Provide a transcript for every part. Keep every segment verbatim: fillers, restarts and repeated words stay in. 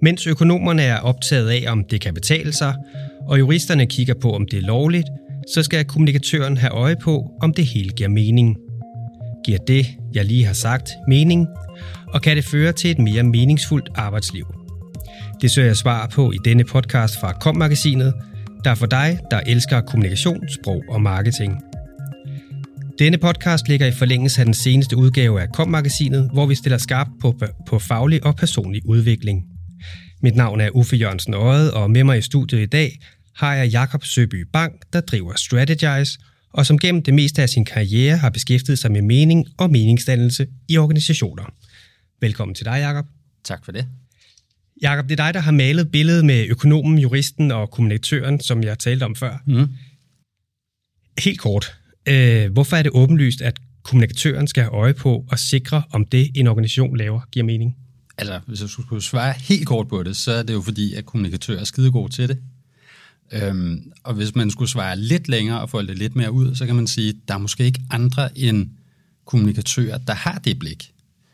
Mens økonomerne er optaget af, om det kan betale sig, og juristerne kigger på, om det er lovligt, så skal kommunikatøren have øje på, om det hele giver mening. Giver det, jeg lige har sagt, mening? Og kan det føre til et mere meningsfuldt arbejdsliv? Det søger jeg svar på i denne podcast fra Kom-magasinet, der er for dig, der elsker kommunikation, sprog og marketing. Denne podcast ligger i forlængelse af den seneste udgave af Kom-magasinet, hvor vi stiller skarpt på, på faglig og personlig udvikling. Mit navn er Uffe Jørgensen Odde, og med mig i studiet i dag har jeg Jakob Søby Bang, der driver Strategize, og som gennem det meste af sin karriere har beskæftiget sig med mening og meningsdannelse i organisationer. Velkommen til dig, Jakob. Tak for det. Jakob, det er dig, der har malet billedet med økonomen, juristen og kommunikatøren, som jeg talte om før. Mm. Helt kort. Øh, hvorfor er det åbenlyst, at kommunikatøren skal have øje på og sikre, om det, en organisation laver, giver mening? Altså, hvis jeg skulle svare helt kort på det, så er det jo fordi, at kommunikatører er skidegode til det. Øhm, og hvis man skulle svare lidt længere og folde det lidt mere ud, så kan man sige, at der er måske ikke andre end kommunikatører, der har det blik.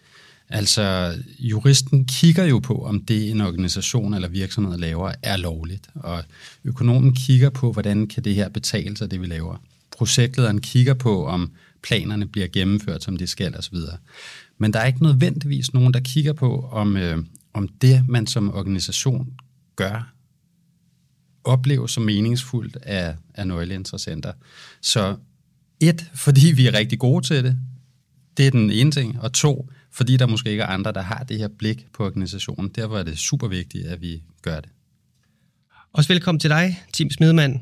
Altså, juristen kigger jo på, om det en organisation eller virksomhed laver er lovligt, og økonomen kigger på, hvordan kan det her betale sig, det vi laver. Projektlederen kigger på, om planerne bliver gennemført, som de skal osv. Men der er ikke nødvendigvis nogen, der kigger på, om, øh, om det, man som organisation gør, opleves som meningsfuldt af, af nøgleinteressenter. Så et, fordi vi er rigtig gode til det, det er den ene ting, og to, fordi der måske ikke er andre, der har det her blik på organisationen. Derfor er det super vigtigt, at vi gør det. Også velkommen til dig, Tim Smedemann.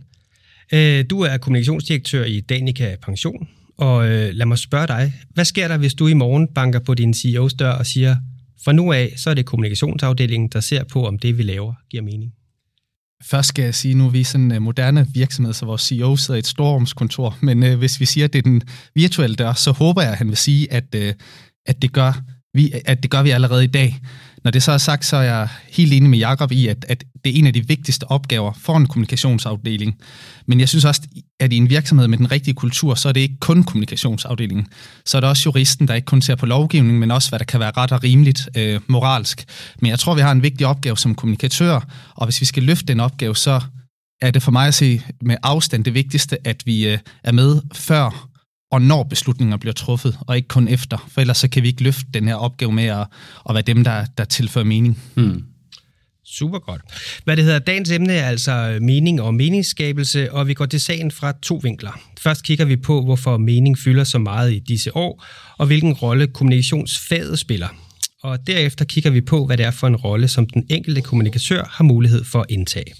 Du er kommunikationsdirektør i Danica Pension, og lad mig spørge dig, hvad sker der, hvis du i morgen banker på din C E O's dør og siger, fra nu af, så er det kommunikationsafdelingen, der ser på, om det, vi laver, giver mening? Først skal jeg sige, nu er vi sådan en moderne virksomhed, så vores C E O sidder i et storrumskontor, men øh, hvis vi siger, at det er den virtuelle dør, så håber jeg, at han vil sige, at, øh, at, det gør vi, at det gør vi allerede i dag. Når det så er sagt, så er jeg helt enig med Jakob i, at, at det er en af de vigtigste opgaver for en kommunikationsafdeling. Men jeg synes også, at i en virksomhed med den rigtige kultur, så er det ikke kun kommunikationsafdelingen. Så er det også juristen, der ikke kun ser på lovgivning, men også, hvad der kan være ret og rimeligt øh, moralsk. Men jeg tror, vi har en vigtig opgave som kommunikatør, og hvis vi skal løfte den opgave, så er det for mig at se med afstand det vigtigste, at vi øh, er med før og når beslutninger bliver truffet, og ikke kun efter. For ellers så kan vi ikke løfte den her opgave med at, at være dem, der, der tilfører mening. Hmm. Super godt. Hvad det hedder, dagens emne er altså mening og meningsskabelse, og vi går til sagen fra to vinkler. Først kigger vi på, hvorfor mening fylder så meget i disse år, og hvilken rolle kommunikationsfaget spiller. Og derefter kigger vi på, hvad det er for en rolle, som den enkelte kommunikatør har mulighed for at indtage.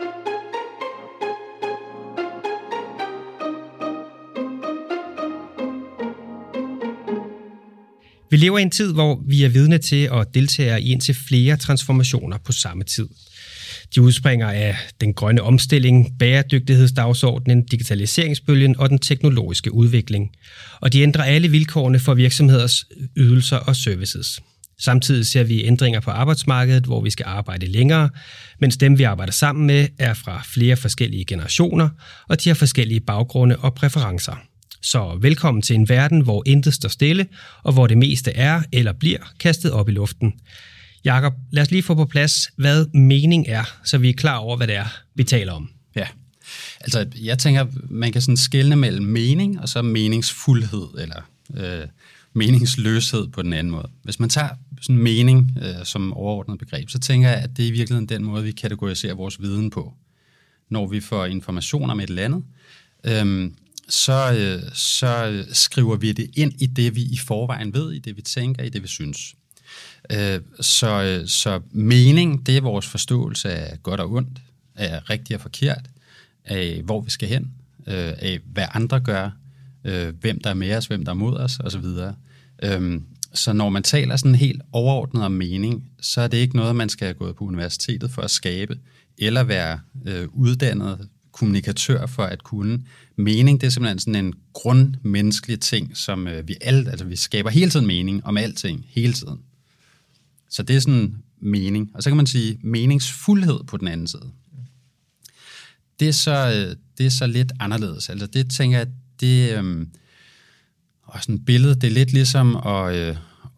Vi lever i en tid, hvor vi er vidne til og deltager i indtil flere transformationer på samme tid. De udspringer af den grønne omstilling, bæredygtighedsdagsordenen, digitaliseringsbølgen og den teknologiske udvikling. Og de ændrer alle vilkårene for virksomheders ydelser og services. Samtidig ser vi ændringer på arbejdsmarkedet, hvor vi skal arbejde længere, mens dem, vi arbejder sammen med, er fra flere forskellige generationer, og de har forskellige baggrunde og præferencer. Så velkommen til en verden, hvor intet står stille, og hvor det meste er eller bliver kastet op i luften. Jakob, lad os lige få på plads, hvad mening er, så vi er klar over, hvad det er, vi taler om. Ja, altså jeg tænker, man kan sådan skelne mellem mening og så meningsfuldhed, eller øh, meningsløshed på den anden måde. Hvis man tager sådan mening øh, som overordnet begreb, så tænker jeg, at det er i virkeligheden den måde, vi kategoriserer vores viden på. Når vi får information om et eller andet, øh, Så, så skriver vi det ind i det, vi i forvejen ved, i det, vi tænker, i det, vi synes. Så, så mening, det er vores forståelse af godt og ondt, af rigtigt og forkert, af hvor vi skal hen, af hvad andre gør, hvem der er med os, hvem der er mod os, osv. Så når man taler sådan helt overordnet om mening, så er det ikke noget, man skal have gået på universitetet for at skabe, eller være uddannet kommunikatør for at kunne. Mening, det er simpelthen sådan en grundmenneskelig ting, som øh, vi alle, altså vi skaber hele tiden mening om alting, hele tiden. Så det er sådan mening. Og så kan man sige meningsfuldhed på den anden side. Det er så, øh, det er så lidt anderledes. Altså det tænker jeg, det øh, og sådan et billede, det er lidt ligesom at, øh,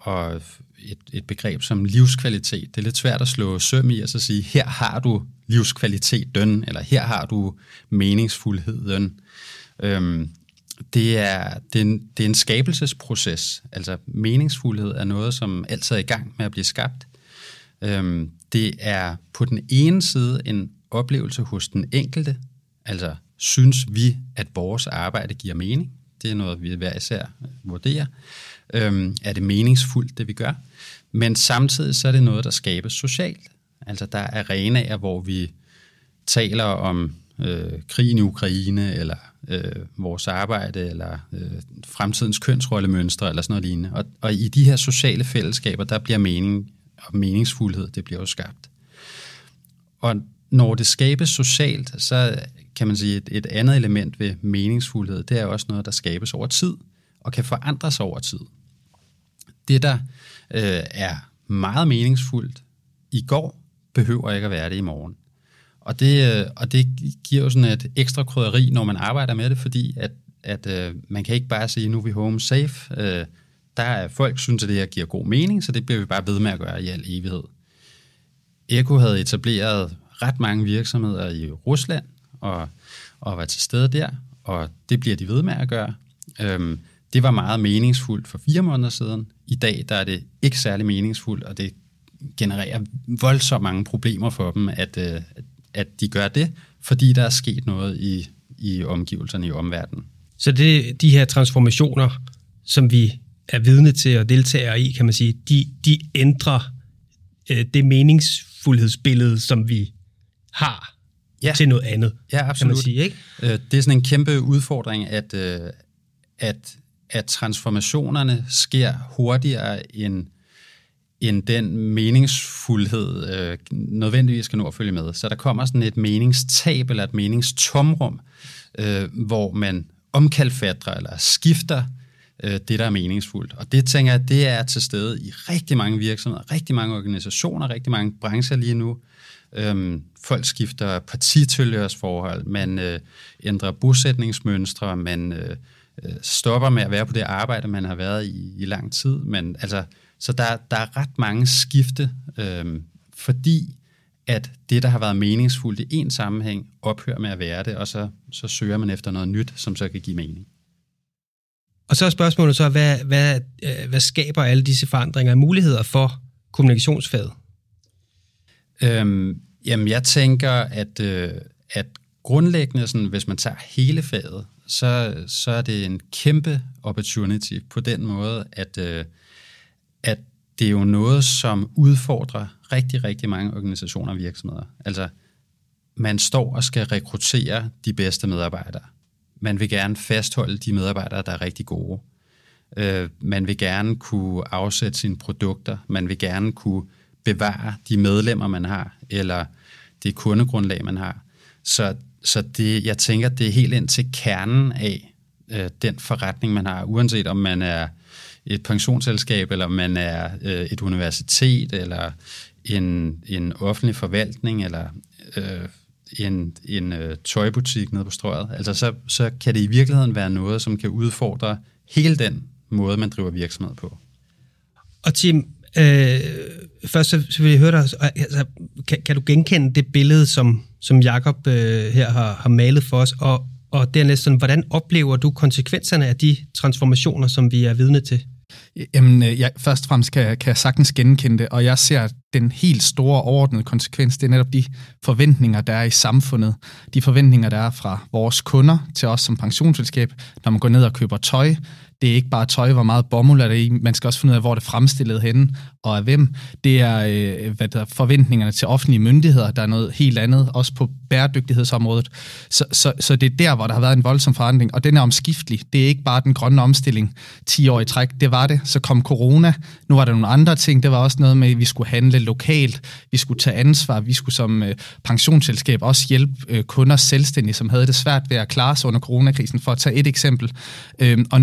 og et, et begreb som livskvalitet. Det er lidt svært at slå søm i og så sige, her har du livskvaliteten, eller her har du meningsfuldheden. Øhm, det, er, det, er en, det er en skabelsesproces. Altså meningsfuldhed er noget, som altid er i gang med at blive skabt. Øhm, det er på den ene side en oplevelse hos den enkelte. Altså synes vi, at vores arbejde giver mening? Det er noget, vi hver især vurderer. Øhm, er det meningsfuldt, det vi gør? Men samtidig så er det noget, der skabes socialt. Altså der er arenaer, hvor vi taler om øh, krigen i Ukraine, eller øh, vores arbejde, eller øh, fremtidens kønsrollemønstre, eller sådan noget lignende. Og, og i de her sociale fællesskaber, der bliver mening og meningsfuldhed, det bliver jo skabt. Og når det skabes socialt, så kan man sige, et, et andet element ved meningsfuldhed, det er også noget, der skabes over tid, og kan forandres over tid. Det, der øh, er meget meningsfuldt i går, behøver ikke at være det i morgen. Og det, øh, og det giver jo sådan et ekstra krydderi, når man arbejder med det, fordi at, at øh, man kan ikke bare sige, nu er vi home safe. Øh, der er folk, synes, at det her giver god mening, så det bliver vi bare ved med at gøre i al evighed. Eko havde etableret ret mange virksomheder i Rusland, og, og var til stede der, og det bliver de ved med at gøre. Øhm, det var meget meningsfuldt for fire måneder siden. I dag der er det ikke særlig meningsfuldt, og det genererer voldsomt mange problemer for dem, at, øh, at de gør det, fordi der er sket noget i, i omgivelserne i omverdenen. Så det, de her transformationer, som vi er vidne til og deltager i, kan man sige, de, de ændrer øh, det meningsfuldhedsbillede, som vi har, ja, til noget andet. Ja, absolut. Kan man sige, ikke? Det er sådan en kæmpe udfordring, at, at, at transformationerne sker hurtigere end, end den meningsfuldhed øh, nødvendigvis skal nå at følge med. Så der kommer sådan et meningstab eller et meningstomrum, øh, hvor man omkalfatrer eller skifter øh, det, der er meningsfuldt. Og det tænker jeg, det er til stede i rigtig mange virksomheder, rigtig mange organisationer, rigtig mange brancher lige nu. Øhm, folk skifter partitilhørsforhold, man øh, ændrer bosætningsmønstre, man øh, stopper med at være på det arbejde, man har været i i lang tid. Men, altså, så der, der er ret mange skifte, øh, fordi at det, der har været meningsfuldt i en sammenhæng, ophører med at være det, og så, så søger man efter noget nyt, som så kan give mening. Og så er spørgsmålet så, hvad, hvad, hvad skaber alle disse forandringer af muligheder for kommunikationsfaget? Øhm, jamen, jeg tænker, at, øh, at grundlæggende, sådan, hvis man tager hele faget, så, så er det en kæmpe opportunity på den måde, at, øh, at det er jo noget, som udfordrer rigtig, rigtig mange organisationer og virksomheder. Altså, man står og skal rekruttere de bedste medarbejdere. Man vil gerne fastholde de medarbejdere, der er rigtig gode. Øh, man vil gerne kunne afsætte sine produkter. Man vil gerne kunne bevare de medlemmer, man har, eller det kundegrundlag, man har. Så, så det, jeg tænker, det er helt ind til kernen af øh, den forretning, man har, uanset om man er et pensionsselskab, eller man er øh, et universitet, eller en, en offentlig forvaltning, eller øh, en, en øh, tøjbutik nede på Strøget. Altså, så, så kan det i virkeligheden være noget, som kan udfordre hele den måde, man driver virksomhed på. Og Tim, øh, først så, så vil jeg høre dig, altså, kan, kan du genkende det billede, som, som Jakob øh, her har, har malet for os, og, og dernæst sådan, hvordan oplever du konsekvenserne af de transformationer, som vi er vidne til? Jamen, jeg, først og fremmest kan, kan jeg sagtens genkende det, og jeg ser den helt store overordnede konsekvens, det er netop de forventninger, der er i samfundet. De forventninger, der er fra vores kunder til os som pensionsselskab, når man går ned og køber tøj. Det er ikke bare tøj, hvor meget bomuld er det i. Man skal også finde ud af, hvor det er fremstillet henne, og af hvem. Det er øh, hvad der, forventningerne til offentlige myndigheder, der er noget helt andet, også på bæredygtighedsområdet. Så, så, så det er der, hvor der har været en voldsom forandring, og den er omskiftelig. Det er ikke bare den grønne omstilling ti år i træk. Det var det. Så kom corona. Nu var der nogle andre ting. Det var også noget med, at vi skulle handle lokalt. Vi skulle tage ansvar. Vi skulle som øh, pensionsselskab også hjælpe øh, kunder selvstændige, som havde det svært ved at klare sig under coronakrisen, for at tage et eksempel. Øh, og nu øh,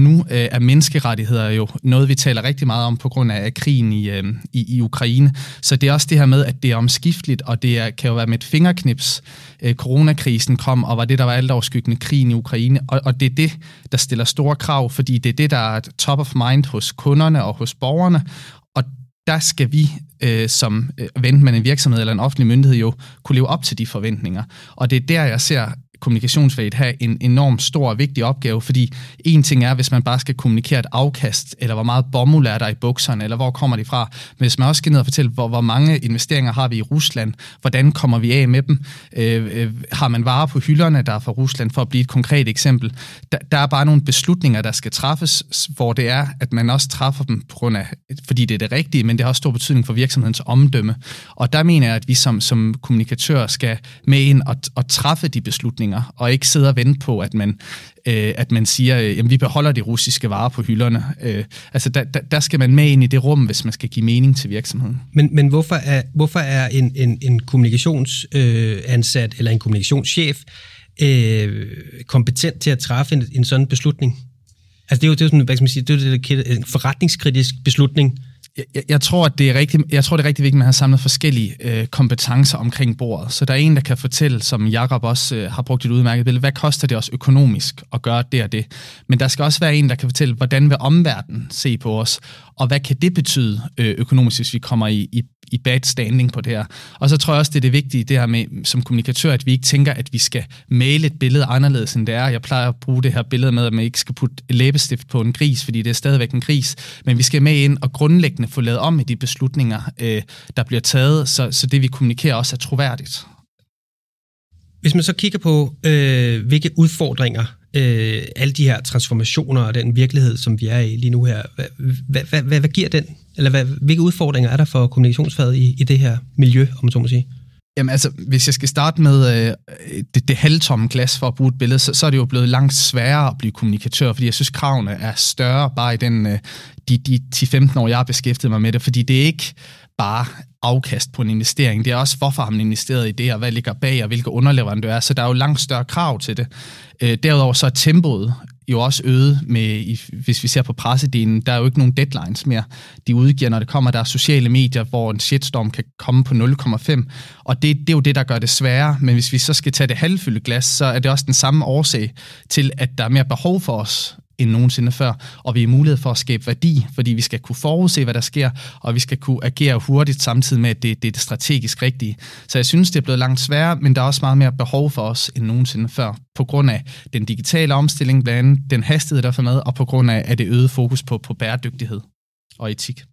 er menneskerettigheder jo noget, vi taler rigtig meget om på grund af krigen i, øh, i, i Ukraine. Så det er også det her med, at det er omskifteligt, og det er, kan jo være med et fingerknips. Øh, coronakrisen kom, og var det, der var alt overskyggende krigen i Ukraine. Og, og det er det, der stiller store krav, fordi det er det, der er top of mind hos kunderne og hos borgerne. Og der skal vi øh, som øh, vente med en virksomhed eller en offentlig myndighed jo kunne leve op til de forventninger. Og det er der, jeg ser kommunikationsfaget have en enormt stor og vigtig opgave, fordi en ting er, hvis man bare skal kommunikere et afkast, eller hvor meget bomuld er der i bukserne, eller hvor kommer de fra. Men hvis man også skal ned og fortælle, hvor, hvor mange investeringer har vi i Rusland, hvordan kommer vi af med dem, øh, øh, har man varer på hylderne, der er fra Rusland, for at blive et konkret eksempel. Der, der er bare nogle beslutninger, der skal træffes, hvor det er, at man også træffer dem, på grund af, fordi det er det rigtige, men det har også stor betydning for virksomhedens omdømme. Og der mener jeg, at vi som, som kommunikatører skal med ind og, og træffe de beslutninger, og ikke sidde og vente på, at man, øh, at man siger, øh, jamen vi beholder de russiske varer på hylderne. Øh, altså der, der, der skal man med ind i det rum, hvis man skal give mening til virksomheden. Men, men hvorfor er, hvorfor er en, en, en kommunikationsansat øh, eller en kommunikationschef øh, kompetent til at træffe en, en sådan beslutning? Altså det er jo, det er jo sådan, hvad skal man sige, det er det, en forretningskritisk beslutning. Jeg, jeg, tror, at det er rigtig, jeg tror, det er rigtig vigtigt, at man har samlet forskellige øh, kompetencer omkring bordet. Så der er en, der kan fortælle, som Jakob også øh, har brugt et udmærket billede, hvad koster det os økonomisk at gøre det og det. Men der skal også være en, der kan fortælle, hvordan vil omverdenen se på os, og hvad kan det betyde øh, økonomisk, hvis vi kommer i, i, i bad standing på det her. Og så tror jeg også, det er det vigtige, det her med som kommunikatør, at vi ikke tænker, at vi skal male et billede anderledes, end det er. Jeg plejer at bruge det her billede med, at man ikke skal putte læbestift på en gris, fordi det er stadigvæk en gris. Men vi skal med ind og grundlæggende få lavet om i de beslutninger, øh, der bliver taget, så, så det vi kommunikerer også er troværdigt. Hvis man så kigger på, øh, hvilke udfordringer, øh, alle de her transformationer og den virkelighed, som vi er i lige nu her, hvad, hvad, hvad, hvad, hvad giver den? Eller hvad, hvilke udfordringer er der for kommunikationsfaget i, i det her miljø, om man så må sige? Jamen altså, hvis jeg skal starte med øh, det, det halvtomme glas for at bruge et billede, så, så er det jo blevet langt sværere at blive kommunikatør, fordi jeg synes, kravene er større bare i den, øh, de, de ti til femten år, jeg har beskæftiget mig med det, fordi det er ikke bare afkast på en investering, det er også, hvorfor har man investeret i det, og hvad ligger bag, og hvilke underleverandører er, så der er jo langt større krav til det. Øh, derudover så er tempoet jo også øget med, hvis vi ser på pressedelen, der er jo ikke nogen deadlines mere. De udgiver, når det kommer, der er sociale medier, hvor en shitstorm kan komme på nul komma fem, og det, det er jo det, der gør det sværere, men hvis vi så skal tage det halvfyldte glas, så er det også den samme årsag til, at der er mere behov for os end nogensinde før, og vi har mulighed for at skabe værdi, fordi vi skal kunne forudse, hvad der sker, og vi skal kunne agere hurtigt samtidig med, at det, det er det strategisk rigtige. Så jeg synes, det er blevet langt sværere, men der er også meget mere behov for os end nogensinde før, på grund af den digitale omstilling, blandt andet den hastighed, der er med, og på grund af, at det øgede fokus på, på bæredygtighed og etik.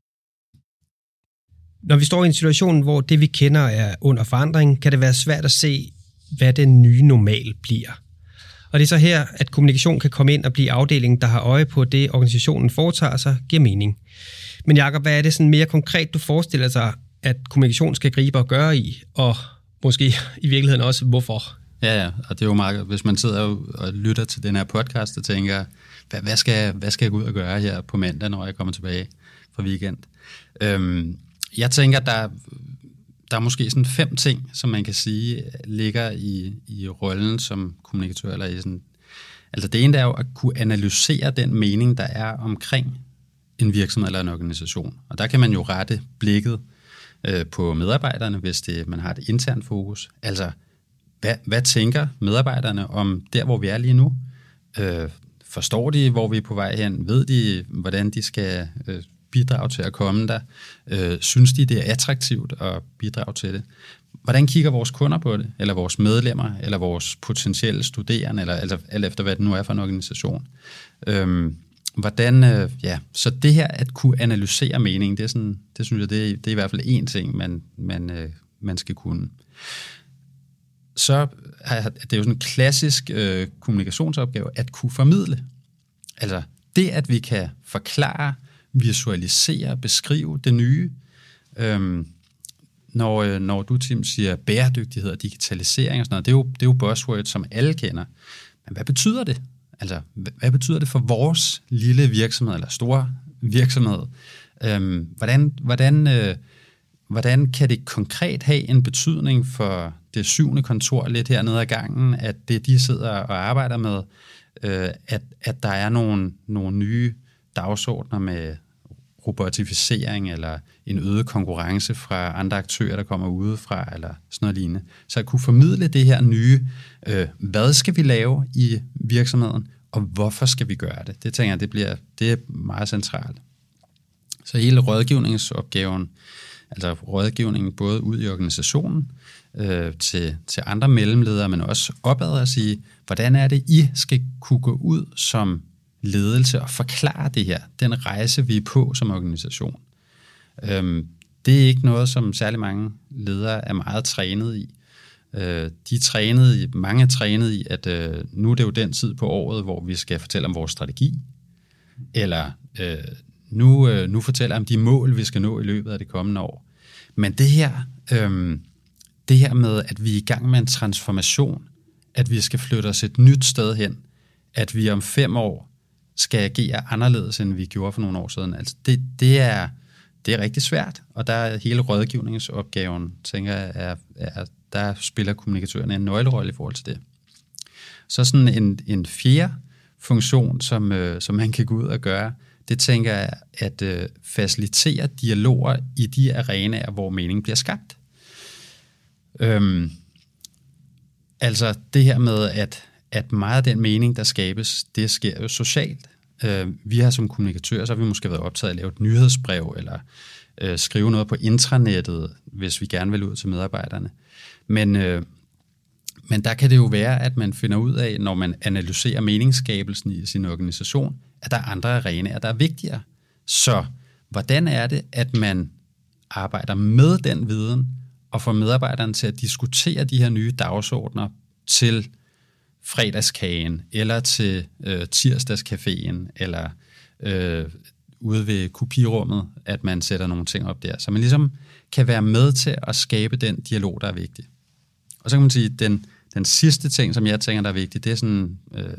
Når vi står i en situation, hvor det vi kender er under forandring, kan det være svært at se, hvad den nye normal bliver. Og det er så her, at kommunikation kan komme ind og blive afdelingen, der har øje på det, organisationen foretager sig, giver mening. Men Jakob, hvad er det sådan mere konkret, du forestiller sig, at kommunikation skal gribe og gøre i, og måske i virkeligheden også, hvorfor? Ja, ja, og det er jo meget, hvis man sidder og lytter til den her podcast og tænker, hvad, hvad, skal, jeg, hvad skal jeg gå ud og gøre her på mandag, når jeg kommer tilbage fra weekend? Øhm, jeg tænker, der Der er måske sådan fem ting, som man kan sige ligger i, i rollen som kommunikatør. Eller i sådan, altså det ene er jo at kunne analysere den mening, der er omkring en virksomhed eller en organisation. Og der kan man jo rette blikket øh, på medarbejderne, hvis det, man har et internt fokus. Altså, hvad, hvad tænker medarbejderne om der, hvor vi er lige nu? Øh, forstår de, hvor vi er på vej hen? Ved de, hvordan de skal øh, bidrage til at komme der? Øh, synes de, det er attraktivt at bidrage til det? Hvordan kigger vores kunder på det? Eller vores medlemmer? Eller vores potentielle studerende? Eller altså, alt efter, hvad det nu er for en organisation? Øh, hvordan, øh, ja, så det her at kunne analysere meningen, det er sådan, det synes jeg, det er, det er i hvert fald én ting, man, man, øh, man skal kunne. Så er det jo sådan en klassisk øh, kommunikationsopgave at kunne formidle. Altså det, at vi kan forklare, visualisere, beskrive det nye. Øhm, når, øh, når du, Tim, siger bæredygtighed og digitalisering og sådan noget, det er jo, det er jo buzzwords, som alle kender. Men hvad betyder det? Altså, hvad, hvad betyder det for vores lille virksomhed eller store virksomhed? Øhm, hvordan, hvordan, øh, hvordan kan det konkret have en betydning for det syvende kontor lidt hernede ad gangen, at det de sidder og arbejder med, øh, at, at der er nogle, nogle nye dagsordner med robotificering eller en øget konkurrence fra andre aktører, der kommer udefra, eller sådan noget lignende. Så at kunne formidle det her nye, øh, hvad skal vi lave i virksomheden, og hvorfor skal vi gøre det? Det tænker jeg, det bliver det er meget centralt. Så hele rådgivningsopgaven, altså rådgivningen både ud i organisationen, øh, til, til andre mellemledere, men også opad at sige, hvordan er det, I skal kunne gå ud som ledelse og forklare det her, den rejse, vi er på som organisation. Øhm, det er ikke noget, som særlig mange ledere er meget trænet i. Øh, de er trænet i, mange er trænet i, at øh, nu er det jo den tid på året, hvor vi skal fortælle om vores strategi, eller øh, nu, øh, nu fortæller om de mål, vi skal nå i løbet af det kommende år. Men det her, øh, det her med, at vi er i gang med en transformation, at vi skal flytte os et nyt sted hen, at vi om fem år skal agere anderledes, end vi gjorde for nogle år siden. Altså det, det, er, det er rigtig svært, og der er hele rådgivningsopgaven, tænker jeg, er, er, der spiller kommunikatørerne en nøglerolle i forhold til det. Så sådan en, en fjerde funktion, som, øh, som man kan gå ud og gøre, det tænker jeg, at øh, facilitere dialoger i de arenaer, hvor mening bliver skabt. Øhm, altså det her med, at at meget af den mening, der skabes, det sker jo socialt. Øh, vi har som kommunikatører, så har vi måske været optaget af at lave et nyhedsbrev, eller øh, skrive noget på intranettet, hvis vi gerne vil ud til medarbejderne. Men, øh, men der kan det jo være, at man finder ud af, når man analyserer meningsskabelsen i sin organisation, at der er andre arenaer, der er vigtigere. Så hvordan er det, at man arbejder med den viden, og får medarbejderne til at diskutere de her nye dagsordner til fredagskagen, eller til øh, tirsdagscaféen, eller øh, ude ved kopirummet, at man sætter nogle ting op der. Så man ligesom kan være med til at skabe den dialog, der er vigtig. Og så kan man sige, at den, den sidste ting, som jeg tænker, der er vigtig, det er sådan øh,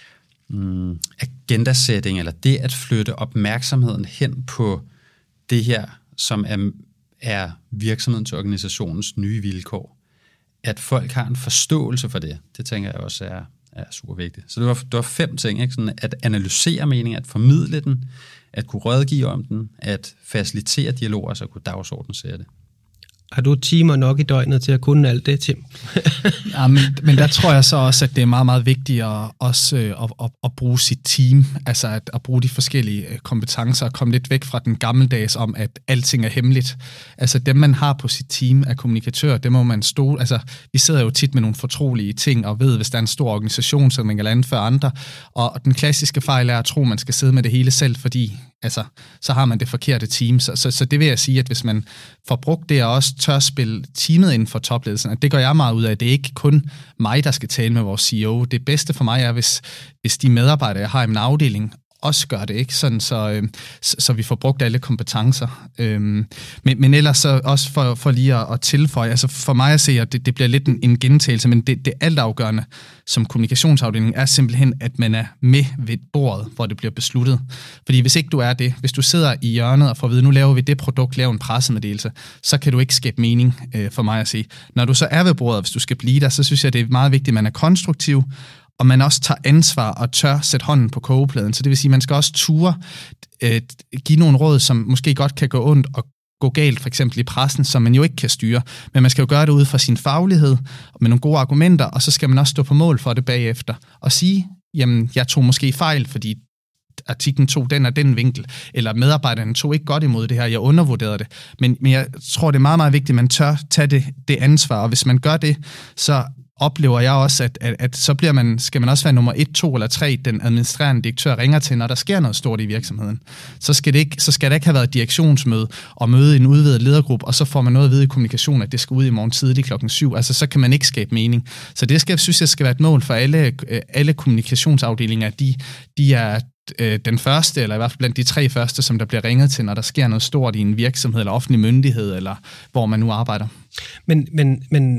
mm, agendasetting, eller det at flytte opmærksomheden hen på det her, som er, er virksomheden til organisationens nye vilkår. At folk har en forståelse for det, det tænker jeg også er, er super vigtigt. Så det var, det var fem ting, ikke? Sådan at analysere meningen, at formidle den, at kunne rådgive om den, at facilitere dialoger, så kunne dagsordenen det. Har du timer nok i døgnet til at kunne alt det, Tim? Ja, men, men der tror jeg så også, at det er meget, meget vigtigt at, også, at, at, at bruge sit team, altså at, at bruge de forskellige kompetencer og komme lidt væk fra den gammeldags om, at alting er hemmeligt. Altså dem, man har på sit team af kommunikatører, det må man stole. Altså vi sidder jo tit med nogle fortrolige ting og ved, hvis der er en stor organisation, så man kan lande for andre. Og den klassiske fejl er at tro, at man skal sidde med det hele selv, fordi altså, så har man det forkerte team. Så, så, så det vil jeg sige, at hvis man får brugt det og også tør spille teamet inden for topledelsen, at det gør jeg meget ud af. Det er ikke kun mig, der skal tale med vores C E O. Det bedste for mig er, hvis, hvis de medarbejdere, jeg har i min afdeling, også gør det, ikke? Sådan, så, øh, så, så vi får brugt alle kompetencer. Øhm, men, men ellers så også for, for lige at, at tilføje, altså for mig at se, at det, det bliver lidt en, en gentagelse, men det, det altafgørende som kommunikationsafdeling er simpelthen, at man er med ved bordet, hvor det bliver besluttet. Fordi hvis ikke du er det, hvis du sidder i hjørnet og får at vide, nu laver vi det produkt, laver en pressemeddelelse, så kan du ikke skabe mening øh, for mig at sige. Når du så er ved bordet, hvis du skal blive der, så synes jeg, det er meget vigtigt, at man er konstruktiv, og man også tager ansvar og tør sætte hånden på kogepladen. Så det vil sige, at man skal også ture øh, give nogle råd, som måske godt kan gå ondt og gå galt, for eksempel i pressen, som man jo ikke kan styre. Men man skal jo gøre det ud fra sin faglighed, med nogle gode argumenter, og så skal man også stå på mål for det bagefter. Og sige, jamen, jeg tog måske fejl, fordi artiklen tog den og den vinkel, eller medarbejderne tog ikke godt imod det her, jeg undervurderede det. Men, men jeg tror, det er meget, meget vigtigt, at man tør tage det, det ansvar, og hvis man gør det, så oplever jeg også, at, at, at så bliver man, skal man også være nummer et, to eller tre, den administrerende direktør ringer til, når der sker noget stort i virksomheden. Så skal det ikke, så skal det ikke have været et direktionsmøde og møde en udvidet ledergruppe, og så får man noget at vide i kommunikation, at det skal ud i morgen tidlig klokken syv. Altså så kan man ikke skabe mening. Så det skal, synes jeg skal være et mål for alle, alle kommunikationsafdelinger, at de, de er den første, eller i hvert fald blandt de tre første, som der bliver ringet til, når der sker noget stort i en virksomhed eller offentlig myndighed, eller hvor man nu arbejder. Men, men, men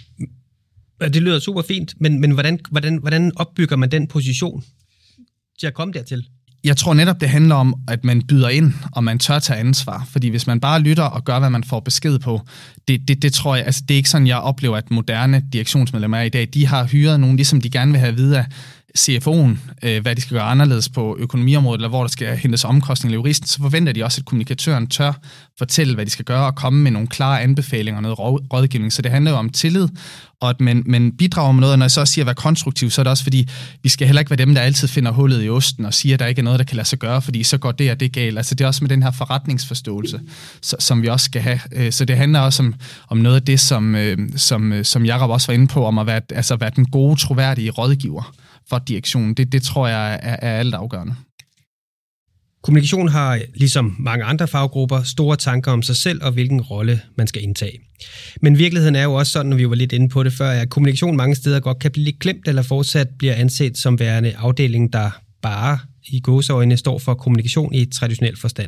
det lyder super fint, men, men hvordan, hvordan, hvordan opbygger man den position til at komme dertil? Jeg tror netop, det handler om, at man byder ind, og man tør tage ansvar. Fordi hvis man bare lytter og gør, hvad man får besked på, det, det, det tror jeg, altså det er ikke sådan, jeg oplever, at moderne direktionsmedlemmer er i dag. De har hyret nogen, ligesom de gerne vil have at vide af C F O'en, øh, hvad de skal gøre anderledes på økonomiområdet, eller hvor der skal hentes omkostninger i juristen, så forventer de også, at kommunikatøren tør fortælle, hvad de skal gøre, og komme med nogle klare anbefalinger og noget rådgivning. Så det handler jo om tillid, og at man, man bidrager med noget, og når jeg så også siger at være konstruktiv, så er det også fordi, vi skal heller ikke være dem, der altid finder hullet i osten og siger, at der ikke er noget, der kan lade sig gøre, fordi så går det og det galt. Altså det er også med den her forretningsforståelse, så, som vi også skal have. Så det handler også om, om noget af det, som, som, som Jakob også var inde på, om at være, altså være den gode, troværdige rådgiver for direktionen. Det, det tror jeg er, er alt afgørende. Kommunikation har, ligesom mange andre faggrupper, store tanker om sig selv og hvilken rolle man skal indtage. Men virkeligheden er jo også sådan, når vi var lidt inde på det før, at kommunikation mange steder godt kan blive lidt glemt eller fortsat bliver anset som værende afdelingen, der bare i gåseøjne står for kommunikation i traditionel forstand.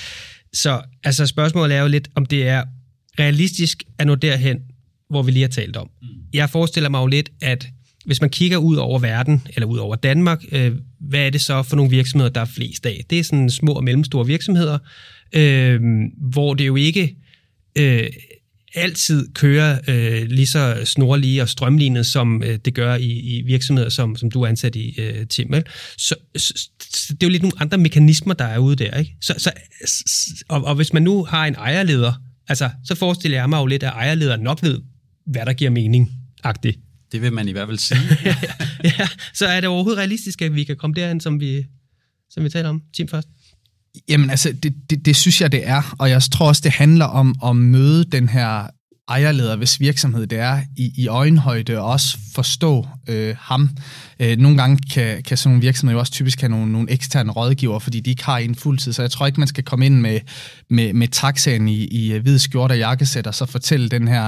Så altså spørgsmålet er jo lidt, om det er realistisk at nå derhen, hvor vi lige har talt om. Jeg forestiller mig jo lidt, at hvis man kigger ud over verden, eller ud over Danmark, øh, hvad er det så for nogle virksomheder, der er flest af? Det er sådan små og mellemstore virksomheder, øh, hvor det jo ikke øh, altid kører øh, lige så snorlige og strømlignet, som øh, det gør i, i virksomheder, som, som du er ansat i, øh, Tim. Så, så, så det er jo lidt nogle andre mekanismer, der er ude der, ikke? Så, så, og, og hvis man nu har en ejerleder, altså, så forestiller jeg mig jo lidt, at ejerlederen nok ved, hvad der giver mening-agtigt. Det vil man i hvert fald sige. ja, ja, så er det overhovedet realistisk, at vi kan komme derhen, som vi, som vi taler om. Tim først. Jamen altså, det, det, det synes jeg, det er. Og jeg tror også, det handler om at møde den her ejerleder, hvis virksomhed det er, i, i øjenhøjde og også forstå øh, ham. Øh, nogle gange kan, kan sådan nogle virksomheder jo også typisk have nogle, nogle eksterne rådgiver, fordi de ikke har en fuldtid. Så jeg tror ikke, man skal komme ind med, med, med taxaen i, i hvid skjorte og jakkesæt, og så fortælle den her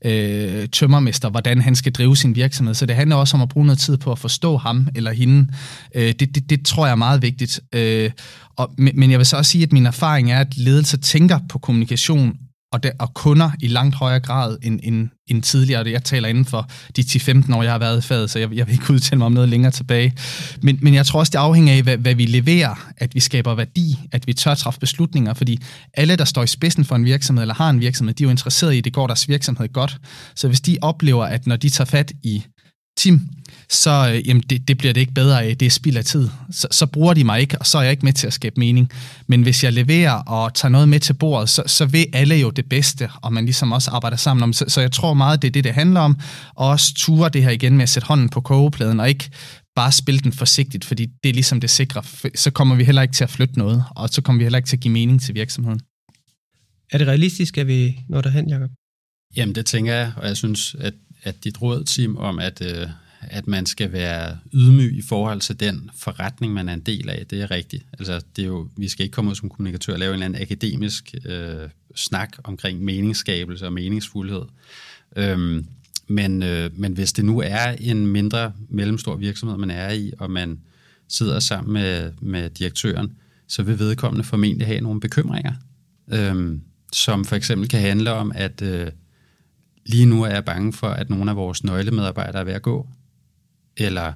øh, tømmermester, hvordan han skal drive sin virksomhed. Så det handler også om at bruge noget tid på at forstå ham eller hende. Øh, det, det, det tror jeg er meget vigtigt. Øh, og, men jeg vil så også sige, at min erfaring er, at ledelse tænker på kommunikation og, der, og kunder i langt højere grad end, end, end tidligere. Jeg taler inden for de ti til femten år, jeg har været i faget, så jeg, jeg vil ikke udtale mig om noget længere tilbage. Men, men jeg tror også, det afhænger af, hvad, hvad vi leverer, at vi skaber værdi, at vi tør træffe beslutninger, fordi alle, der står i spidsen for en virksomhed eller har en virksomhed, de er jo interesserede i, at det går deres virksomhed godt. Så hvis de oplever, at når de tager fat i Tim, så øh, jamen det, det bliver det ikke bedre af, det er spild af tid. Så, så bruger de mig ikke, og så er jeg ikke med til at skabe mening. Men hvis jeg leverer og tager noget med til bordet, så, så vil alle jo det bedste, og man ligesom også arbejder sammen om. Så, så jeg tror meget, det er det, det handler om, og også ture det her igen med at sætte hånden på kogepladen, og ikke bare spille den forsigtigt, fordi det er ligesom det sikre. Så kommer vi heller ikke til at flytte noget, og så kommer vi heller ikke til at give mening til virksomheden. Er det realistisk, at vi når derhen, Jakob? Jamen det tænker jeg, og jeg synes, at, at dit råd, Tim, om at, øh, at man skal være ydmyg i forhold til den forretning, man er en del af, det er rigtigt. Altså, det er jo, vi skal ikke komme ud som kommunikatør og lave en eller anden akademisk øh, snak omkring meningsskabelse og meningsfuldhed. Øhm, men, øh, men hvis det nu er en mindre mellemstor virksomhed, man er i, og man sidder sammen med, med direktøren, så vil vedkommende formentlig have nogle bekymringer, øhm, som for eksempel kan handle om, at øh, lige nu er jeg bange for, at nogle af vores nøglemedarbejdere er ved at gå. Eller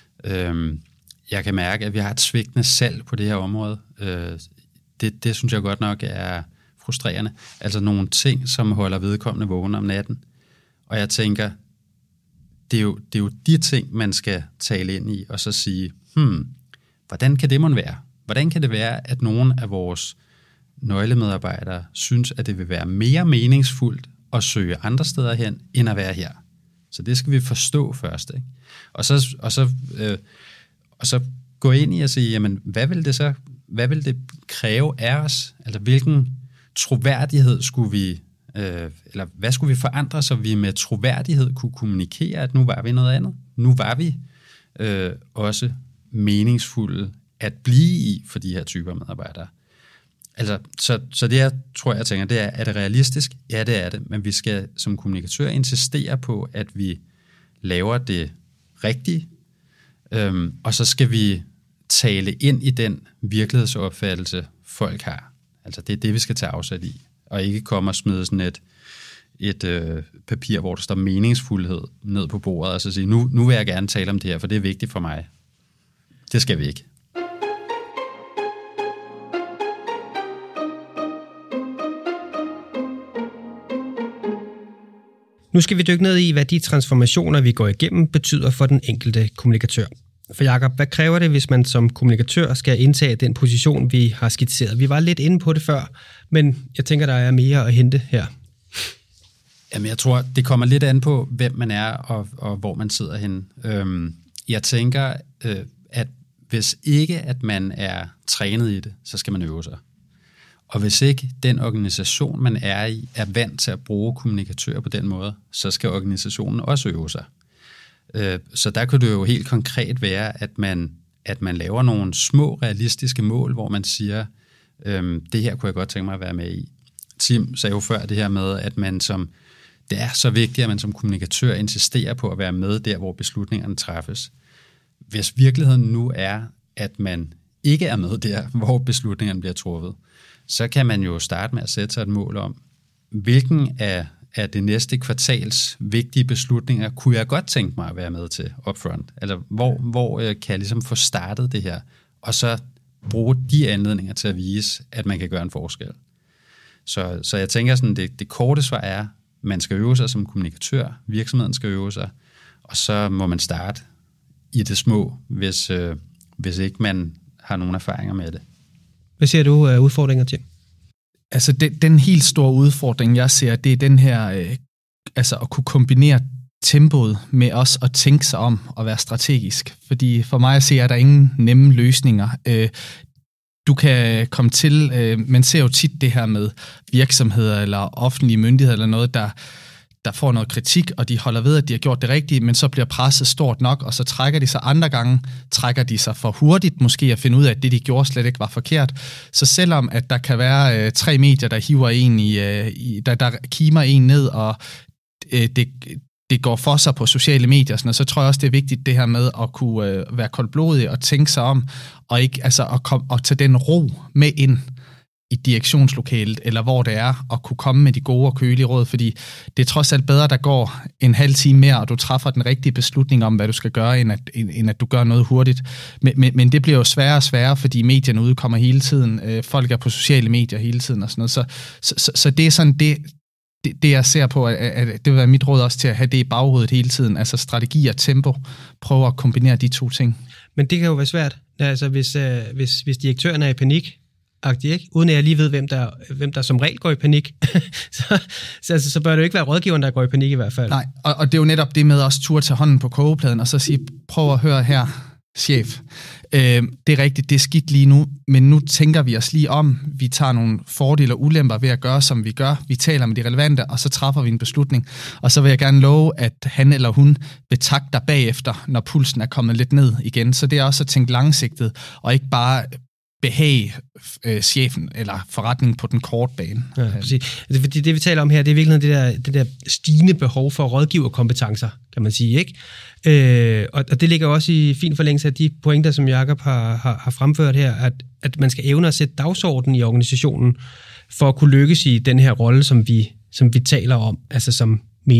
øhm, jeg kan mærke, at vi har et svigtende salg på det her område. Øh, det, det synes jeg godt nok er frustrerende. Altså nogle ting, som holder vedkommende vågen om natten. Og jeg tænker, det er jo, det er jo de ting, man skal tale ind i, og så sige, hmm, hvordan kan det måtte være? Hvordan kan det være, at nogle af vores nøglemedarbejdere synes, at det vil være mere meningsfuldt at søge andre steder hen, end at være her? Så det skal vi forstå først, ikke? Og så, og så, øh, og så gå ind i og sige, jamen, hvad vil det så, hvad vil det kræve af os? Altså, hvilken troværdighed skulle vi, øh, eller hvad skulle vi forandre, så vi med troværdighed kunne kommunikere, at nu var vi noget andet? Nu var vi øh, også meningsfulde at blive i for de her typer medarbejdere. Altså, så, så det jeg tror, jeg tænker, det er, er det realistisk? Ja, det er det, men vi skal som kommunikatør insistere på, at vi laver det rigtige, øhm, og så skal vi tale ind i den virkelighedsopfattelse, folk har. Altså, det er det, vi skal tage afsat i, og ikke komme og smide sådan et, et øh, papir, hvor der står meningsfuldhed ned på bordet, og så sige, nu, nu vil jeg gerne tale om det her, for det er vigtigt for mig. Det skal vi ikke. Nu skal vi dykke ned i, hvad de transformationer, vi går igennem, betyder for den enkelte kommunikatør. For Jakob, hvad kræver det, hvis man som kommunikatør skal indtage den position, vi har skitseret? Vi var lidt inde på det før, men jeg tænker, der er mere at hente her. Jamen, jeg tror, det kommer lidt an på, hvem man er og, og hvor man sidder henne. Øhm, jeg tænker, øh, at hvis ikke, at man er trænet i det, så skal man øve sig. Og hvis ikke den organisation, man er i, er vant til at bruge kommunikatører på den måde, så skal organisationen også øve sig. Øh, så der kunne det jo helt konkret være, at man, at man laver nogle små, realistiske mål, hvor man siger, øh, det her kunne jeg godt tænke mig at være med i. Tim sagde jo før det her med, at man som det er så vigtigt, at man som kommunikatør insisterer på at være med der, hvor beslutningerne træffes. Hvis virkeligheden nu er, at man ikke er med der, hvor beslutningerne bliver truffet, så kan man jo starte med at sætte sig et mål om, hvilken af, af det næste kvartals vigtige beslutninger kunne jeg godt tænke mig at være med til upfront. Altså, hvor, hvor kan jeg ligesom få startet det her, og så bruge de anledninger til at vise, at man kan gøre en forskel. Så, så jeg tænker sådan, det, det korte svar er, man skal øve sig som kommunikatør, virksomheden skal øve sig, og så må man starte i det små, hvis, øh, hvis ikke man har nogen erfaringer med det. Hvad ser du af udfordringer til? Altså, den, den helt store udfordring, jeg ser, det er den her, øh, altså at kunne kombinere tempoet med også at tænke sig om og være strategisk. Fordi for mig at se, er der ingen nemme løsninger. Øh, Du kan komme til, øh, man ser jo tit det her med virksomheder eller offentlige myndigheder eller noget, der, der får noget kritik, og de holder ved, at de har gjort det rigtige, men så bliver presset stort nok, og så trækker de sig andre gange, trækker de sig for hurtigt måske at finde ud af, at det, de gjorde, slet ikke var forkert. Så selvom at der kan være øh, tre medier, der hiver en i, øh, i der, der kimer en ned, og øh, det det går for sig på sociale medier, sådan, og så tror jeg også, det er vigtigt det her med at kunne øh, være koldblodig og tænke sig om, og ikke altså at, komme, at tage den ro med ind i direktionslokalet, eller hvor det er, og kunne komme med de gode og kølige råd, fordi det er trods alt bedre, der går en halv time mere, og du træffer den rigtige beslutning om, hvad du skal gøre, end at, end at du gør noget hurtigt. Men, men, men det bliver jo sværere og sværere, fordi medierne udkommer hele tiden, øh, folk er på sociale medier hele tiden og sådan noget, så, så, så, så det er sådan det, Det, det jeg ser på, at, at det vil være mit råd også til at have det i baghovedet hele tiden, altså strategi og tempo, prøve at kombinere de to ting. Men det kan jo være svært, altså hvis, øh, hvis, hvis direktøren er i panik, ikke? Uden at jeg lige ved, hvem der, hvem der som regel går i panik, så, så, altså, så bør det jo ikke være rådgiveren, der går i panik i hvert fald. Nej, og, og det er jo netop det med også turde tage hånden på kogepladen, og så sige, prøv at høre her, chef, øh, det er rigtigt, det er skidt lige nu, men nu tænker vi os lige om, vi tager nogle fordele og ulemper ved at gøre, som vi gør, vi taler med de relevante, og så træffer vi en beslutning, og så vil jeg gerne love, at han eller hun vil takke dig bagefter, når pulsen er kommet lidt ned igen, så det er også at tænke langsigtet, og ikke bare behage øh, chefen eller forretningen på den korte bane. Ja, præcis. Altså, fordi det, vi taler om her, det er virkelig det der, det der stigende behov for rådgiverkompetencer, kan man sige, ikke? Øh, og, og det ligger også i fin forlængelse af de pointer, som Jakob har, har, har fremført her, at, at man skal evne at sætte dagsordenen i organisationen, for at kunne lykkes i den her rolle, som vi, som vi taler om, altså som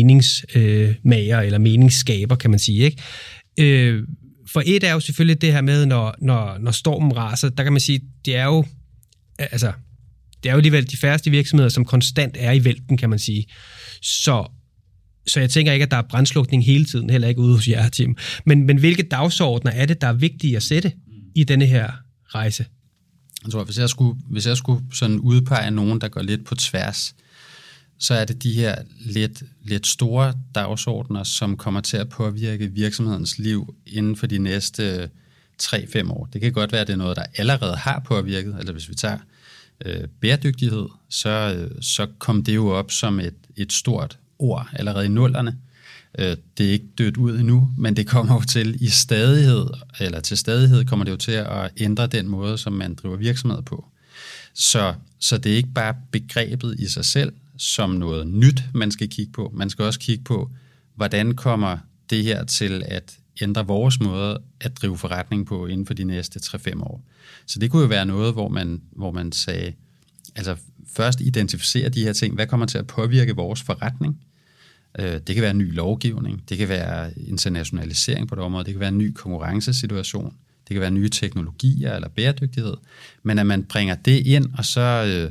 meningsmager øh, eller meningsskaber, kan man sige, ikke? Øh, For et er jo selvfølgelig det her med, når, når, når stormen raser, der kan man sige, det er jo, altså, det er jo alligevel de færreste virksomheder, som konstant er i vælten, kan man sige. Så, så jeg tænker ikke, at der er brandslukning hele tiden, heller ikke ude hos jer, Tim. Men, men hvilke dagsordner er det, der er vigtige at sætte i denne her rejse? Jeg tror, hvis jeg skulle, hvis jeg skulle sådan udpege nogen, der går lidt på tværs, så er det de her lidt, lidt store dagsordner, som kommer til at påvirke virksomhedens liv inden for de næste tre til fem år. Det kan godt være, at det er noget, der allerede har påvirket. Altså hvis vi tager øh, bæredygtighed, så, øh, så kom det jo op som et, et stort ord allerede i nullerne. Øh, det er ikke dødt ud endnu, men det kommer jo til i stadighed, eller til stadighed kommer det jo til at ændre den måde, som man driver virksomhed på. Så, så det er ikke bare begrebet i sig selv, som noget nyt, man skal kigge på. Man skal også kigge på, hvordan kommer det her til at ændre vores måde at drive forretning på inden for de næste tre til fem år. Så det kunne jo være noget, hvor man, hvor man sagde, altså først identificere de her ting, hvad kommer til at påvirke vores forretning. Det kan være ny lovgivning, det kan være internationalisering på det område, det kan være en ny konkurrencesituation, det kan være nye teknologier eller bæredygtighed, men at man bringer det ind, og så øh,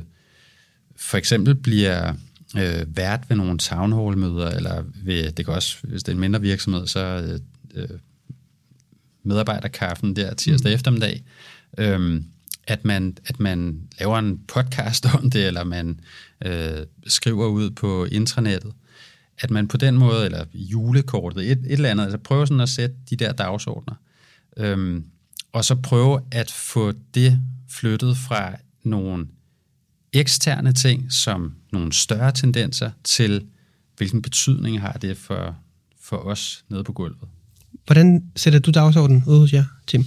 for eksempel bliver øh, vært ved nogle town hall møder, eller ved, det kan også, hvis det er en mindre virksomhed, så øh, medarbejderkaffen der tirsdag mm. eftermiddag, øhm, at, man, at man laver en podcast om det, eller man øh, skriver ud på intranettet, at man på den måde, eller julekortet, et, et eller andet, altså prøver sådan at sætte de der dagsordner, øhm, og så prøve at få det flyttet fra nogle eksterne ting, som nogle større tendenser, til hvilken betydning har det for, for os nede på gulvet. Hvordan sætter du dagsordenen ude hos jer, Tim?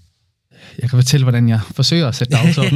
Jeg kan fortælle, hvordan jeg forsøger at sætte dagsordenen.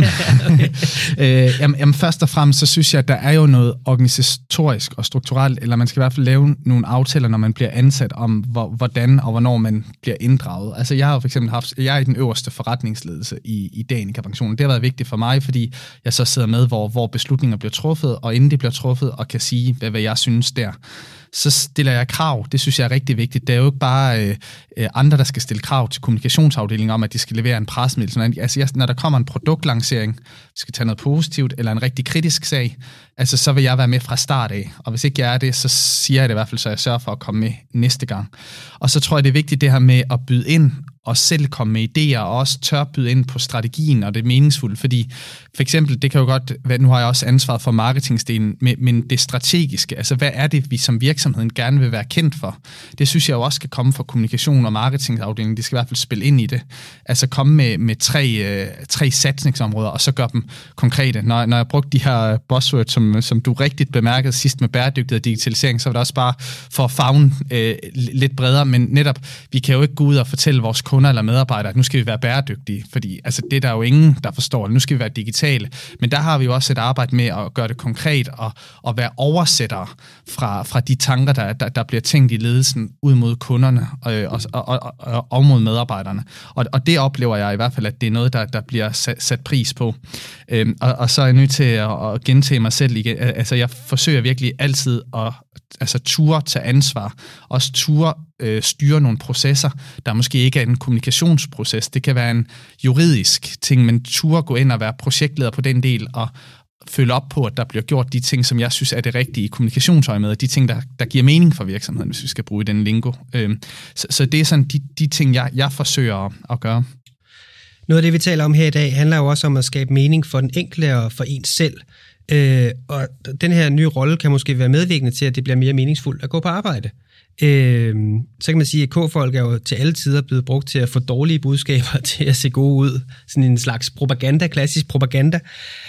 øh, jamen, jamen, først og fremmest, så synes jeg, at der er jo noget organisatorisk og strukturelt, eller man skal i hvert fald lave nogle aftaler, når man bliver ansat, om hvor, hvordan og hvornår man bliver inddraget. Altså, jeg har jo for eksempel haft, jeg er i den øverste forretningsledelse i, i Danica Pension. Det har været vigtigt for mig, fordi jeg så sidder med, hvor, hvor beslutninger bliver truffet, og inden de bliver truffet, og kan sige, hvad, hvad jeg synes der. Så stiller jeg krav. Det synes jeg er rigtig vigtigt. Det er jo ikke bare øh, andre, der skal stille krav til kommunikationsafdelingen om, at de skal levere en pressemeddelelse. Altså, jeg, når der kommer en produktlancering, vi skal tage noget positivt, eller en rigtig kritisk sag, altså, så vil jeg være med fra start af. Og hvis ikke jeg er det, så siger jeg det i hvert fald, så jeg sørger for at komme med næste gang. Og så tror jeg, det er vigtigt det her med at byde ind, og selv komme med idéer, og også tør byde ind på strategien, og det er meningsfuldt, fordi for eksempel, det kan jo godt være, nu har jeg også ansvaret for marketingdelen, men det strategiske, altså hvad er det, vi som virksomheden gerne vil være kendt for? Det synes jeg jo også skal komme fra kommunikation og marketingafdelingen, de skal i hvert fald spille ind i det. Altså komme med, med tre, øh, tre satsningsområder, og så gøre dem konkrete. Når, når jeg brugte de her buzzwords, som, som du rigtigt bemærkede sidst med bæredygtighed og digitalisering, så var det også bare for at favne øh, lidt bredere, men netop, vi kan jo ikke gå ud og fortælle vores kunder eller medarbejdere, at nu skal vi være bæredygtige, fordi altså, det er der jo ingen, der forstår. Nu skal vi være digitale. Men der har vi jo også et arbejde med at gøre det konkret og, og være oversættere fra, fra de tanker, der, der, der bliver tænkt i ledelsen ud mod kunderne og, og, og, og, og mod medarbejderne. Og, og det oplever jeg i hvert fald, at det er noget, der, der bliver sat, sat pris på. Øhm, og, og så er jeg nødt til at, at gentage mig selv igen. Altså, jeg forsøger virkelig altid at altså, ture tage ansvar. Også ture øh, styre nogle processer, der måske ikke er en kommunikationsproces. Det kan være en juridisk ting, men ture gå ind og være projektleder på den del og følge op på, at der bliver gjort de ting, som jeg synes er det rigtige i kommunikationsøjemed, og de ting, der, der giver mening for virksomheden, hvis vi skal bruge den lingo. Øhm, så, så det er sådan de, de ting, jeg, jeg forsøger at, at gøre. Noget af det, vi taler om her i dag, handler jo også om at skabe mening for den enkelte og for ens selv. Øh, og den her nye rolle kan måske være medvirkende til, at det bliver mere meningsfuldt at gå på arbejde. Øh, så kan man sige, at K-folk er jo til alle tider blevet brugt til at få dårlige budskaber til at se gode ud. Sådan en slags propaganda, klassisk propaganda.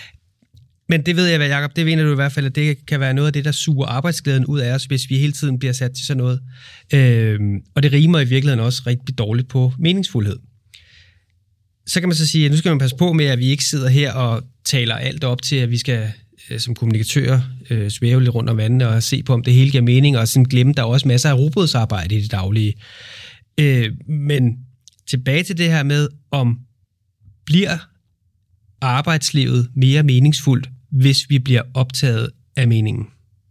Men det ved jeg, hvad Jacob, det mener du i hvert fald, at det kan være noget af det, der suger arbejdsglæden ud af os, hvis vi hele tiden bliver sat til sådan noget. Øh, og det rimer i virkeligheden også rigtig dårligt på meningsfuldhed. Så kan man så sige, at nu skal man passe på med, at vi ikke sidder her og taler alt op til, at vi skal som kommunikatører øh, svæve lidt rundt om vandene og se på, om det hele giver mening, og sådan glemme, der er også masser af robotsarbejde i det daglige. Øh, men tilbage til det her med, om bliver arbejdslivet mere meningsfuldt, hvis vi bliver optaget af meningen?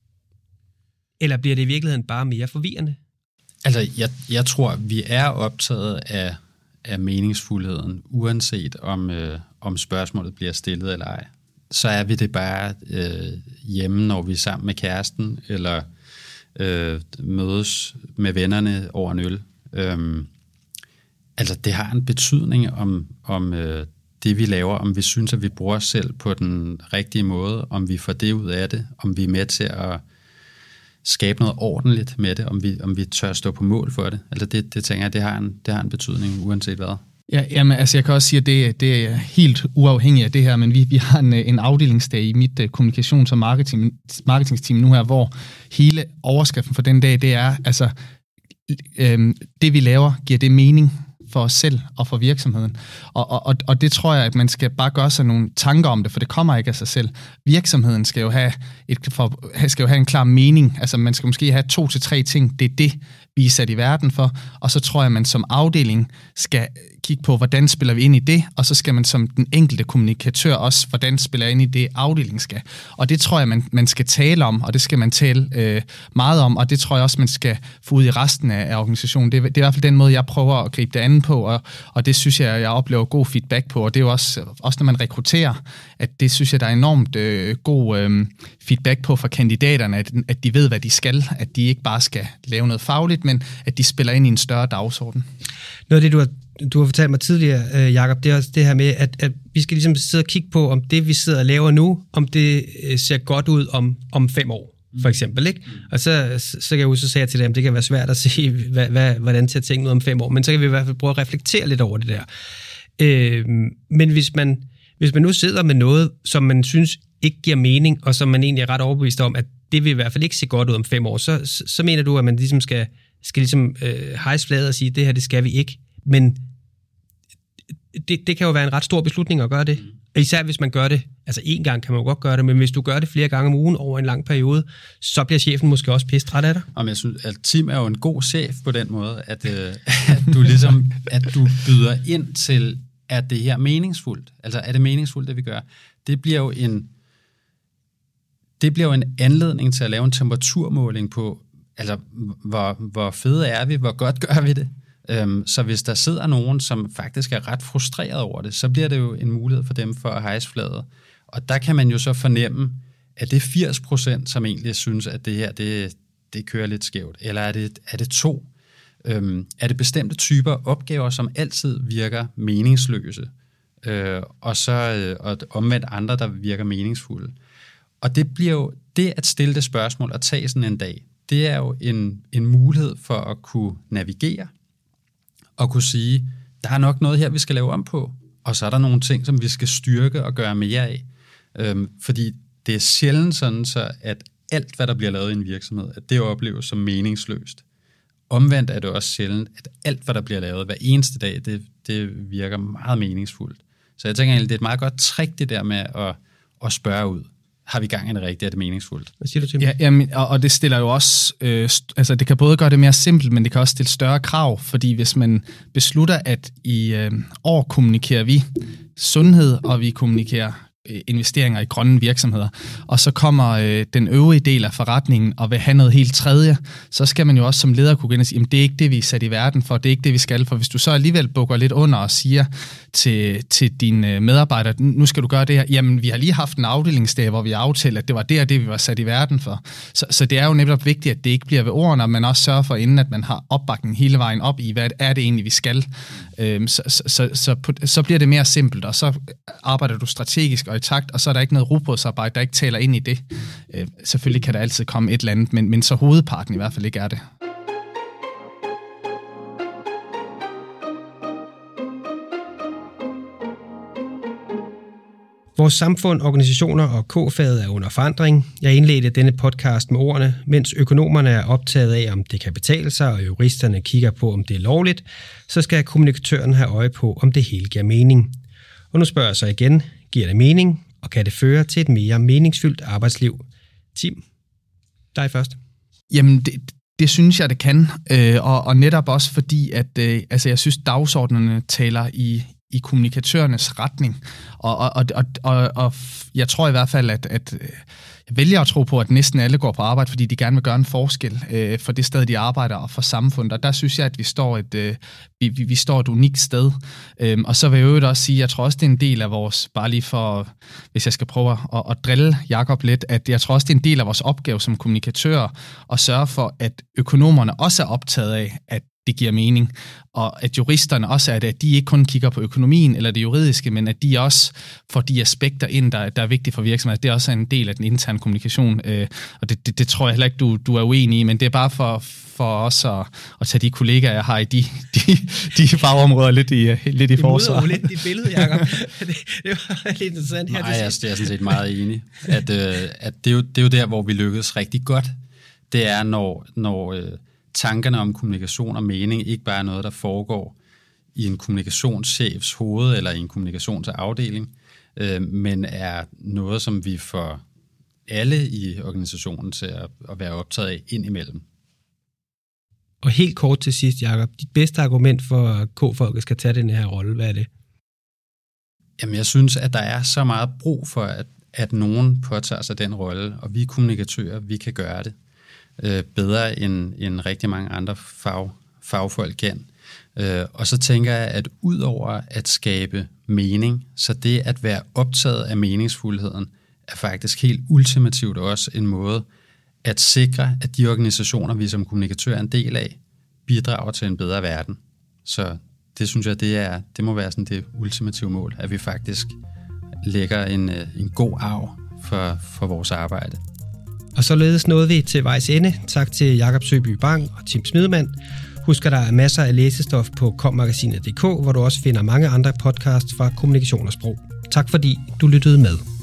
Eller bliver det i virkeligheden bare mere forvirrende? Altså, jeg, jeg tror, vi er optaget af, af meningsfuldheden, uanset om, øh, om spørgsmålet bliver stillet eller ej. Så er vi det bare øh, hjemme, når vi er sammen med kæresten, eller øh, mødes med vennerne over en øl. Øhm, altså, det har en betydning om, om øh, det, vi laver, om vi synes, at vi bruger os selv på den rigtige måde, om vi får det ud af det, om vi er med til at skabe noget ordentligt med det, om vi, om vi tør stå på mål for det. Altså, det, det tænker jeg, det har en, det har en betydning, uanset hvad. Ja, jamen, altså jeg kan også sige, at det, det er helt uafhængigt af det her, men vi, vi har en, en afdelingsdag i mit uh, kommunikations- og marketing, marketingsteam nu her, hvor hele overskriften for den dag, det er, altså, øh, det vi laver, giver det mening for os selv og for virksomheden. Og, og, og det tror jeg, at man skal bare gøre sig nogle tanker om det, for det kommer ikke af sig selv. Virksomheden skal jo have, et, for, skal jo have en klar mening. Altså man skal måske have to til tre ting. Det er det, vi er sat i verden for. Og så tror jeg, at man som afdeling skal kigge på, hvordan spiller vi ind i det, og så skal man som den enkelte kommunikatør også, hvordan spiller ind i det, afdelingen skal. Og det tror jeg, man, man skal tale om, og det skal man tale øh, meget om, og det tror jeg også, man skal få ud i resten af, af organisationen. Det, det er i hvert fald den måde, jeg prøver at gribe det andet på, og, og det synes jeg, jeg oplever god feedback på, og det er jo også, også når man rekrutterer, at det synes jeg, der er enormt øh, god øh, feedback på fra kandidaterne, at, at de ved, hvad de skal, at de ikke bare skal lave noget fagligt, men at de spiller ind i en større dagsorden. Noget af det, du har du har fortalt mig tidligere, øh, Jakob, det er også det her med, at, at vi skal ligesom sidde og kigge på, om det, vi sidder og laver nu, om det øh, ser godt ud om, om fem år, for eksempel, ikke? Og så, så kan jeg jo så sige til dem, det kan være svært at se, hvad, hvad, hvordan ser tingene ud om fem år, men så kan vi i hvert fald prøve at reflektere lidt over det der. Øh, men hvis man, hvis man nu sidder med noget, som man synes ikke giver mening, og som man egentlig er ret overbevist om, at det vil i hvert fald ikke se godt ud om fem år, så, så, så mener du, at man ligesom skal, skal ligesom, øh, hejse flaget og sige, det her, det skal vi ikke. Men det, det kan jo være en ret stor beslutning at gøre det. Og især hvis man gør det, altså en gang kan man jo godt gøre det, men hvis du gør det flere gange om ugen over en lang periode, så bliver chefen måske også pisse træt af dig. Jamen, jeg synes, at Tim er jo en god chef på den måde, at, øh, at du ligesom, at du byder ind til, at det her er meningsfuldt. Altså, er det meningsfuldt, det vi gør? Det bliver jo en, det bliver jo en anledning til at lave en temperaturmåling på, altså, hvor, hvor fede er vi, hvor godt gør vi det? Um, så hvis der sidder nogen, som faktisk er ret frustreret over det, så bliver det jo en mulighed for dem for at hejse flaget. Og der kan man jo så fornemme, at det er firs procent, som egentlig synes, at det her, det, det kører lidt skævt. Eller er det, er det to? Um, er det bestemte typer opgaver, som altid virker meningsløse? Uh, og så uh, og omvendt andre, der virker meningsfulde. Og det bliver jo, det at stille det spørgsmål og tage sådan en dag, det er jo en, en mulighed for at kunne navigere, og kunne sige, der er nok noget her, vi skal lave om på, og så er der nogle ting, som vi skal styrke og gøre mere af. Øhm, fordi det er sjældent sådan, så at alt, hvad der bliver lavet i en virksomhed, at det opleves som meningsløst. Omvendt er det også sjældent, at alt, hvad der bliver lavet hver eneste dag, det, det virker meget meningsfuldt. Så jeg tænker egentlig, det er et meget godt trick, det der med at, at spørge ud. Har vi gang i det rigtigt? Er det meningsfuldt? Hvad siger du til ja, jamen, og, og det stiller jo også, øh, st- altså det kan både gøre det mere simpelt, men det kan også stille større krav, fordi hvis man beslutter, at i øh, år kommunikerer vi sundhed, og vi kommunikerer øh, investeringer i grønne virksomheder, og så kommer øh, den øvrige del af forretningen og vil have noget helt tredje, så skal man jo også som leder kunne gå ind og sige, jamen det er ikke det, vi er sat i verden for, det er ikke det, vi skal, for hvis du så alligevel bukker lidt under og siger til, til dine medarbejdere, nu skal du gøre det her, jamen vi har lige haft en afdelingsdag, hvor vi aftalte, at det var det og det, vi var sat i verden for. Så, så det er jo netop vigtigt, at det ikke bliver ved ordene, og man også sørger for inden, at man har opbakning hele vejen op i, hvad er det egentlig, vi skal. Øhm, så, så, så, så, på, så bliver det mere simpelt, og så arbejder du strategisk og i takt, og så er der ikke noget rugbrødsarbejde, der ikke taler ind i det. Øh, selvfølgelig kan der altid komme et eller andet, men, men så hovedparten i hvert fald ikke er det. Vores samfund, organisationer og K-faget er under forandring. Jeg indledte denne podcast med ordene, mens økonomerne er optaget af, om det kan betale sig, og juristerne kigger på, om det er lovligt, så skal kommunikatøren have øje på, om det hele giver mening. Og nu spørger jeg så igen, giver det mening, og kan det føre til et mere meningsfyldt arbejdsliv? Tim, dig først. Jamen, det, det synes jeg, det kan, øh, og, og netop også fordi, at øh, altså, jeg synes, dagsordnerne taler i i kommunikatørernes retning. Og, og, og, og, og jeg tror i hvert fald, at, at jeg vælger at tro på, at næsten alle går på arbejde, fordi de gerne vil gøre en forskel øh, for det sted, de arbejder, og for samfundet. Og der synes jeg, at vi står et, øh, vi, vi står et unikt sted. Øhm, og så vil jeg jo også sige, at jeg tror også, det er en del af vores, bare lige for, hvis jeg skal prøve at, at drille Jakob lidt, at jeg tror også, det er en del af vores opgave som kommunikatører at sørge for, at økonomerne også er optaget af, at det giver mening, og at juristerne også er det, at de ikke kun kigger på økonomien eller det juridiske, men at de også får de aspekter ind, der, der er vigtige for virksomheden. Det er også en del af den interne kommunikation, øh, og det, det, det tror jeg heller ikke, du, du er uenig i, men det er bare for, for os at, at tage de kollegaer, jeg har i de, de, de fagområder lidt i, lidt i forsvar. Det lidt dit billede, Jacob. det, det var lidt interessant her. Nej, jeg er sådan set meget enig. At, øh, at det, er jo, det er jo der, hvor vi lykkes rigtig godt. Det er, når, når øh, tankerne om kommunikation og mening ikke bare er noget, der foregår i en kommunikationschefs hoved eller i en kommunikationsafdeling, øh, men er noget, som vi får alle i organisationen til at, at være optaget af indimellem. Og helt kort til sidst, Jacob, dit bedste argument for, at K-folket skal tage den her rolle, hvad er det? Jamen, jeg synes, at der er så meget brug for, at, at nogen påtager sig den rolle, og vi kommunikatører, vi kan gøre det øh, bedre, end, end rigtig mange andre fag, fagfolk kan. Øh, og så tænker jeg, at ud over at skabe mening, så det at være optaget af meningsfuldheden, er faktisk helt ultimativt også en måde at sikre, at de organisationer, vi som kommunikatører er en del af, bidrager til en bedre verden. Så det synes jeg, det, er, det må være sådan det ultimative mål, at vi faktisk lægger en, en god arv for, for vores arbejde. Og således nåede vi til vejs ende. Tak til Jakob Søby Bang og Tim Smidemann. Husk, at der er masser af læsestof på kommagasinet punktum d k, hvor du også finder mange andre podcasts fra Kommunikation og Sprog. Tak fordi du lyttede med.